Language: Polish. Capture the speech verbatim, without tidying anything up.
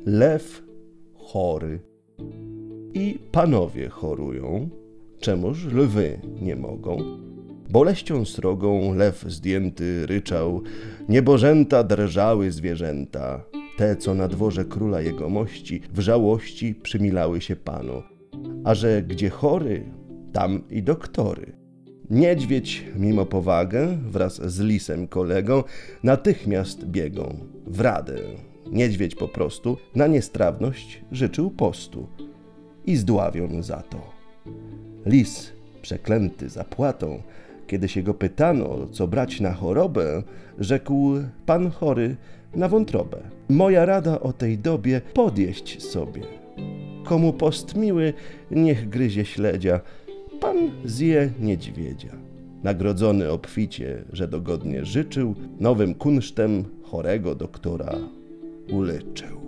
lew chory. I panowie chorują, czemuż lwy nie mogą. Boleścią srogą lew zdjęty ryczał, niebożęta drżały zwierzęta, te, co na dworze króla jegomości w żałości przymilały się panu. A że gdzie chory, tam i doktory. Niedźwiedź mimo powagę wraz z lisem kolegą natychmiast biegą w radę. Niedźwiedź po prostu na niestrawność życzył postu i zdławion za to. Lis, przeklęty zapłatą, kiedy się go pytano, co brać na chorobę, rzekł: pan chory na wątrobę. Moja rada o tej dobie podjeść sobie. Komu post miły, niech gryzie śledzia, pan zje niedźwiedzia. Nagrodzony obficie, że dogodnie życzył, nowym kunsztem chorego doktora uleczył.